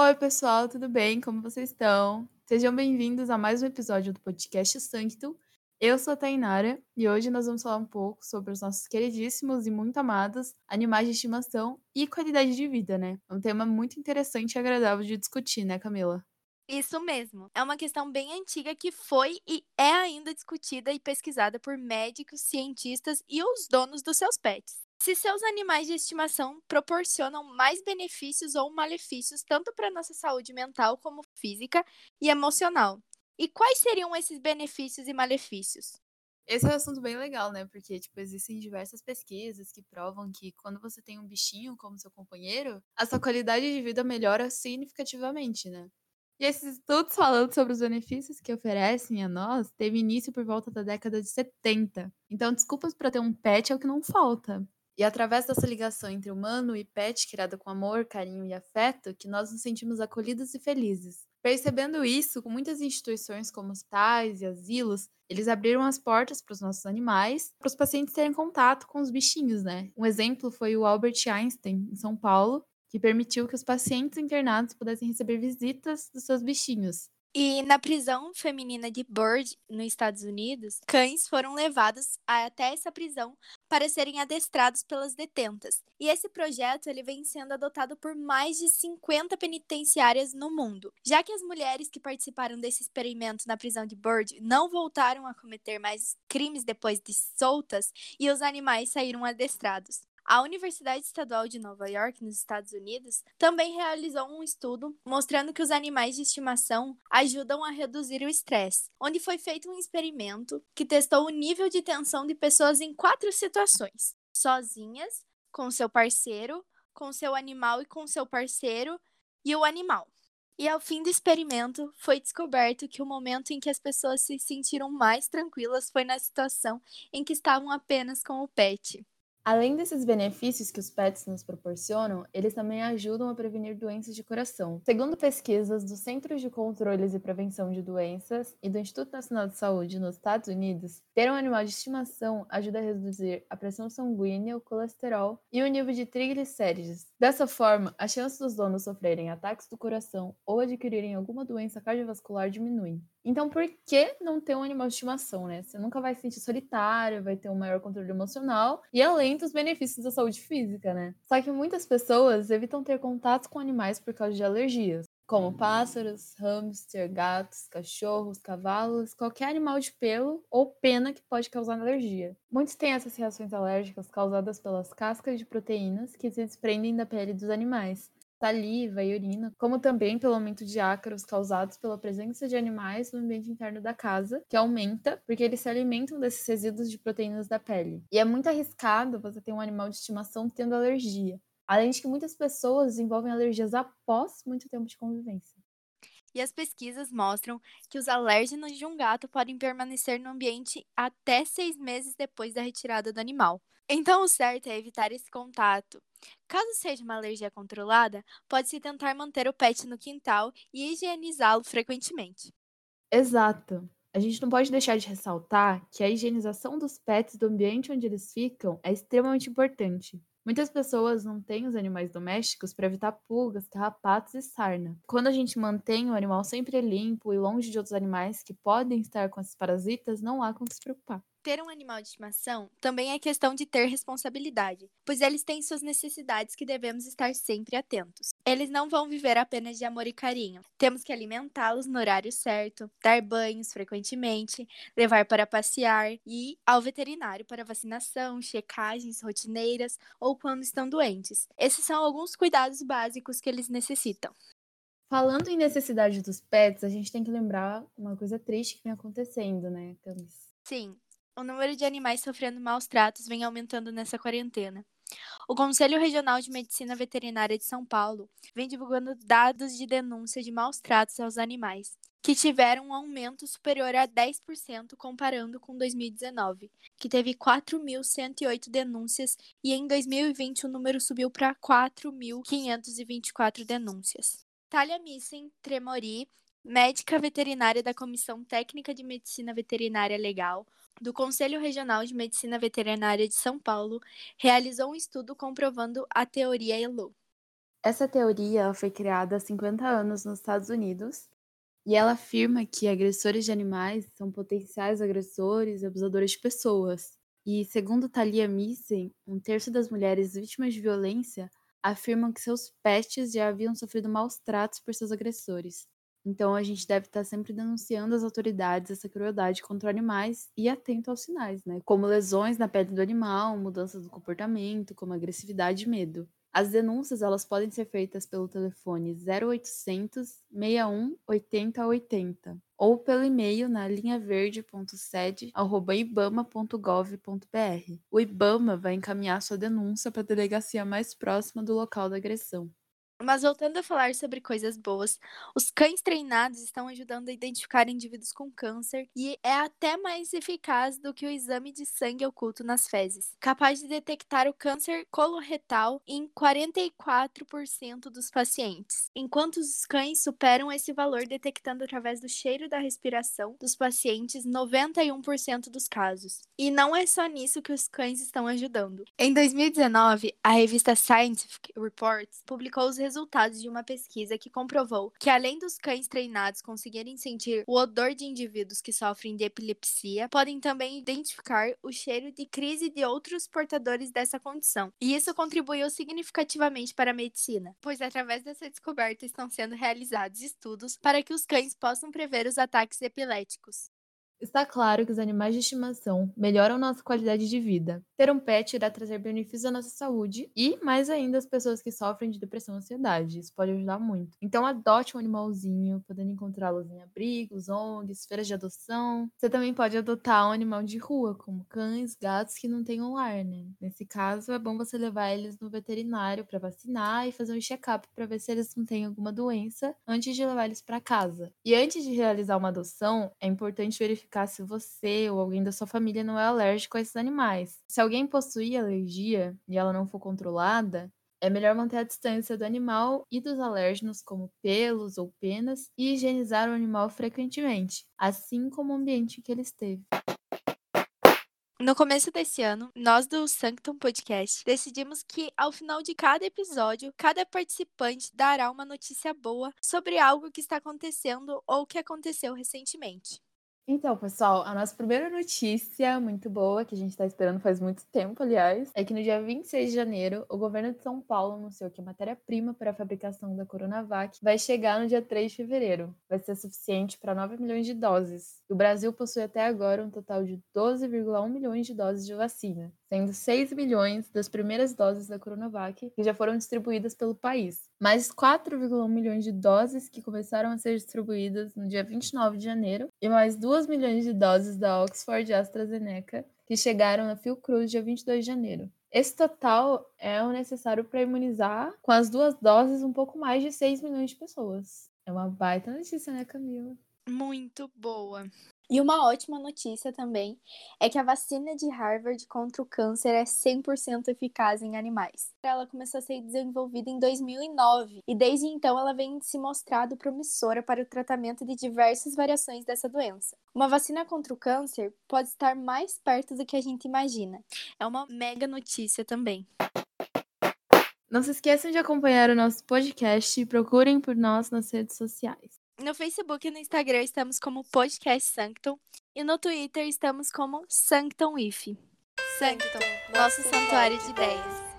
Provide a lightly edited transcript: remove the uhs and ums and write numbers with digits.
Oi, pessoal, tudo bem? Como vocês estão? Sejam bem-vindos a mais um episódio do podcast Sanctum. Eu sou a Tainara e hoje nós vamos falar um pouco sobre os nossos queridíssimos e muito amados animais de estimação e qualidade de vida, né? É um tema muito interessante e agradável de discutir, né, Camila? Isso mesmo. É uma questão bem antiga que foi e é ainda discutida e pesquisada por médicos, cientistas e os donos dos seus pets. Se seus animais de estimação proporcionam mais benefícios ou malefícios tanto para nossa saúde mental como física e emocional. E quais seriam esses benefícios e malefícios? Esse é um assunto bem legal, né? Porque, tipo, existem diversas pesquisas que provam que quando você tem um bichinho como seu companheiro, a sua qualidade de vida melhora significativamente, né? E esses estudos falando sobre os benefícios que oferecem a nós teve início por volta da década de 70. Então, desculpas para ter um pet é o que não falta. E através dessa ligação entre humano e pet, criada com amor, carinho e afeto, que nós nos sentimos acolhidos e felizes. Percebendo isso, com muitas instituições como hospitais e asilos, eles abriram as portas para os nossos animais, para os pacientes terem contato com os bichinhos, né? Um exemplo foi o Albert Einstein, em São Paulo, que permitiu que os pacientes internados pudessem receber visitas dos seus bichinhos. E na prisão feminina de Bird, nos Estados Unidos, cães foram levados até essa prisão para serem adestrados pelas detentas. E esse projeto ele vem sendo adotado por mais de 50 penitenciárias no mundo. Já que as mulheres que participaram desse experimento na prisão de Bird não voltaram a cometer mais crimes depois de soltas e os animais saíram adestrados. A Universidade Estadual de Nova York, nos Estados Unidos, também realizou um estudo mostrando que os animais de estimação ajudam a reduzir o estresse, onde foi feito um experimento que testou o nível de tensão de pessoas em 4 situações: sozinhas, com seu parceiro, com seu animal e com seu parceiro, e o animal. E ao fim do experimento, foi descoberto que o momento em que as pessoas se sentiram mais tranquilas foi na situação em que estavam apenas com o pet. Além desses benefícios que os pets nos proporcionam, eles também ajudam a prevenir doenças de coração. Segundo pesquisas do Centros de Controles e Prevenção de Doenças e do Instituto Nacional de Saúde nos Estados Unidos, ter um animal de estimação ajuda a reduzir a pressão sanguínea, o colesterol e o nível de triglicérides. Dessa forma, a chance dos donos sofrerem ataques do coração ou adquirirem alguma doença cardiovascular diminui. Então, por que não ter um animal de estimação, né? Você nunca vai se sentir solitário, vai ter um maior controle emocional e além dos benefícios da saúde física, né? Só que muitas pessoas evitam ter contato com animais por causa de alergias, como pássaros, hamster, gatos, cachorros, cavalos, qualquer animal de pelo ou pena que pode causar alergia. Muitos têm essas reações alérgicas causadas pelas cascas de proteínas que se desprendem da pele dos animais, saliva e urina, como também pelo aumento de ácaros causados pela presença de animais no ambiente interno da casa, que aumenta porque eles se alimentam desses resíduos de proteínas da pele. E é muito arriscado você ter um animal de estimação tendo alergia, além de que muitas pessoas desenvolvem alergias após muito tempo de convivência. E as pesquisas mostram que os alérgenos de um gato podem permanecer no ambiente até 6 meses depois da retirada do animal. Então, o certo é evitar esse contato. Caso seja uma alergia controlada, pode-se tentar manter o pet no quintal e higienizá-lo frequentemente. Exato. A gente não pode deixar de ressaltar que a higienização dos pets do ambiente onde eles ficam é extremamente importante. Muitas pessoas não têm os animais domésticos para evitar pulgas, carrapatos e sarna. Quando a gente mantém o animal sempre limpo e longe de outros animais que podem estar com esses parasitas, não há com que se preocupar. Ter um animal de estimação também é questão de ter responsabilidade, pois eles têm suas necessidades que devemos estar sempre atentos. Eles não vão viver apenas de amor e carinho. Temos que alimentá-los no horário certo, dar banhos frequentemente, levar para passear e ir ao veterinário para vacinação, checagens rotineiras ou quando estão doentes. Esses são alguns cuidados básicos que eles necessitam. Falando em necessidade dos pets, a gente tem que lembrar uma coisa triste que vem acontecendo, né, Camis? Sim, o número de animais sofrendo maus tratos vem aumentando nessa quarentena. O Conselho Regional de Medicina Veterinária de São Paulo vem divulgando dados de denúncia de maus tratos aos animais, que tiveram um aumento superior a 10% comparando com 2019, que teve 4.108 denúncias, e em 2020 o número subiu para 4.524 denúncias. Thalia Missen Tremori, médica veterinária da Comissão Técnica de Medicina Veterinária Legal do Conselho Regional de Medicina Veterinária de São Paulo, realizou um estudo comprovando a teoria ELO. Essa teoria ela foi criada há 50 anos nos Estados Unidos e ela afirma que agressores de animais são potenciais agressores e abusadores de pessoas. E, segundo Thalia Missen, um terço das mulheres vítimas de violência afirmam que seus pets já haviam sofrido maus tratos por seus agressores. Então, a gente deve estar sempre denunciando às autoridades essa crueldade contra animais e atento aos sinais, né? Como lesões na pele do animal, mudanças do comportamento, como agressividade e medo. As denúncias elas podem ser feitas pelo telefone 0800 61 80 80 ou pelo e-mail na linhaverde.sede@ibama.gov.br. O IBAMA vai encaminhar sua denúncia para a delegacia mais próxima do local da agressão. Mas voltando a falar sobre coisas boas, os cães treinados estão ajudando a identificar indivíduos com câncer e é até mais eficaz do que o exame de sangue oculto nas fezes, capaz de detectar o câncer coloretal em 44% dos pacientes, enquanto os cães superam esse valor detectando através do cheiro da respiração dos pacientes 91% dos casos. E não é só nisso que os cães estão ajudando. Em 2019, a revista Scientific Reports publicou os resultados de uma pesquisa que comprovou que, além dos cães treinados conseguirem sentir o odor de indivíduos que sofrem de epilepsia, podem também identificar o cheiro de crise de outros portadores dessa condição. E isso contribuiu significativamente para a medicina, pois através dessa descoberta estão sendo realizados estudos para que os cães possam prever os ataques epiléticos. Está claro que os animais de estimação melhoram nossa qualidade de vida. Ter um pet irá trazer benefícios à nossa saúde e, mais ainda, às pessoas que sofrem de depressão e ansiedade. Isso pode ajudar muito. Então, adote um animalzinho, podendo encontrá-los em abrigos, ONGs, feiras de adoção. Você também pode adotar um animal de rua, como cães, gatos que não tenham lar, né? Nesse caso, é bom você levar eles no veterinário para vacinar e fazer um check-up para ver se eles não têm alguma doença antes de levar eles para casa. E antes de realizar uma adoção, é importante verificar se você ou alguém da sua família não é alérgico a esses animais. Se alguém possuir alergia e ela não for controlada, é melhor manter a distância do animal e dos alérgenos, como pelos ou penas, e higienizar o animal frequentemente, assim como o ambiente em que ele esteve. No começo desse ano, nós do Sanctum Podcast decidimos que, ao final de cada episódio, cada participante dará uma notícia boa sobre algo que está acontecendo ou que aconteceu recentemente. Então, pessoal, a nossa primeira notícia muito boa, que a gente está esperando faz muito tempo, aliás, é que no dia 26 de janeiro, o governo de São Paulo anunciou que a matéria-prima para a fabricação da Coronavac vai chegar no dia 3 de fevereiro. Vai ser suficiente para 9 milhões de doses. O Brasil possui até agora um total de 12,1 milhões de doses de vacina, sendo 6 milhões das primeiras doses da Coronavac que já foram distribuídas pelo país. Mais 4,1 milhões de doses que começaram a ser distribuídas no dia 29 de janeiro e mais 2 milhões de doses da Oxford e AstraZeneca que chegaram na Fiocruz dia 22 de janeiro. Esse total é o necessário para imunizar com as 2 doses um pouco mais de 6 milhões de pessoas. É uma baita notícia, né, Camila? Muito boa. E uma ótima notícia também é que a vacina de Harvard contra o câncer é 100% eficaz em animais. Ela começou a ser desenvolvida em 2009 e desde então ela vem se mostrando promissora para o tratamento de diversas variações dessa doença. Uma vacina contra o câncer pode estar mais perto do que a gente imagina. É uma mega notícia também. Não se esqueçam de acompanhar o nosso podcast e procurem por nós nas redes sociais. No Facebook e no Instagram estamos como Podcast Sanctum e no Twitter estamos como Sanctum If. Sanctum, nosso santuário de ideias.